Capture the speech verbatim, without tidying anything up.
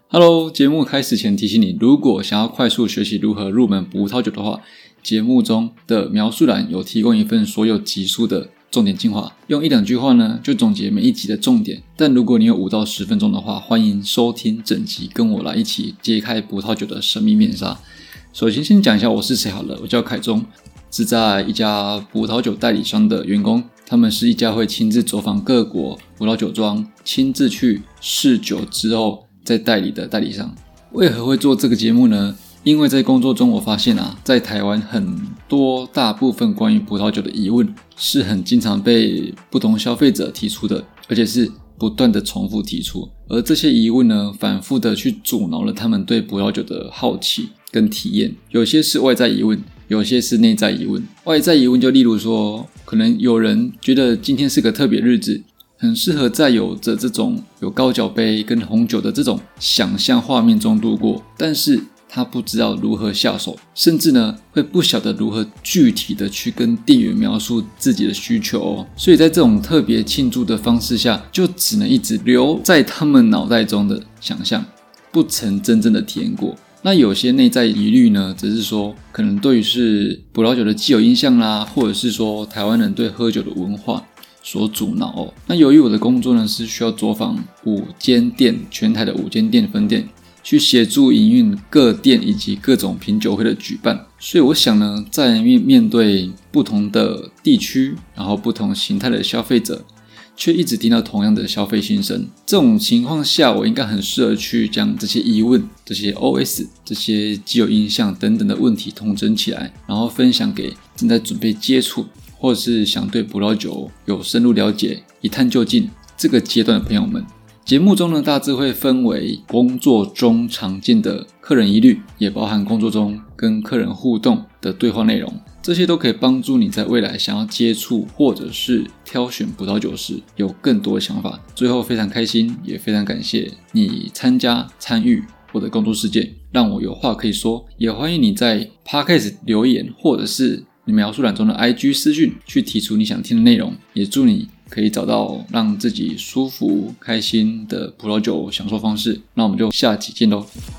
Hello， 节目开始前提醒你，如果想要快速学习如何入门葡萄酒的话，节目中的描述栏有提供一份所有集数的重点精华，用一两句话呢就总结每一集的重点。但如果你有五到十分钟的话，欢迎收听整集，跟我来一起揭开葡萄酒的神秘面纱。首先先讲一下我是谁好了，我叫凯中，是在一家葡萄酒代理商的员工。他们是一家会亲自走访各国葡萄酒庄，亲自去试酒之后再代理的代理商。为何会做这个节目呢？因为在工作中我发现啊，在台湾很多大部分关于葡萄酒的疑问是很经常被不同消费者提出的，而且是不断的重复提出。而这些疑问呢，反复的去阻挠了他们对葡萄酒的好奇跟体验。有些是外在疑问，有些是内在疑问。外在疑问就例如说，可能有人觉得今天是个特别日子，很适合在有着这种有高脚杯跟红酒的这种想象画面中度过，但是他不知道如何下手，甚至呢会不晓得如何具体的去跟店员描述自己的需求哦。所以在这种特别庆祝的方式下，就只能一直留在他们脑袋中的想象，不曾真正的体验过。那有些内在疑虑呢，只是说可能对于是葡萄酒的既有印象啦，或者是说台湾人对喝酒的文化所阻挠哦。那由于我的工作呢是需要走访五间店，全台的五间店分店，去协助营运各店以及各种品酒会的举办，所以我想呢，在面对不同的地区，然后不同形态的消费者，却一直听到同样的消费心声，这种情况下，我应该很适合去将这些疑问、这些 O S、这些既有印象等等的问题统整起来，然后分享给正在准备接触或是想对葡萄酒有深入了解、一探究竟这个阶段的朋友们。节目中呢，大致会分为工作中常见的客人疑虑，也包含工作中跟客人互动的对话内容，这些都可以帮助你在未来想要接触或者是挑选葡萄酒时有更多的想法。最后非常开心，也非常感谢你参加参与我的工作事件，让我有话可以说。也欢迎你在 Podcast 留言，或者是你描述栏中的 I G 私讯去提出你想听的内容。也祝你可以找到让自己舒服开心的葡萄酒享受方式。那我们就下集见咯。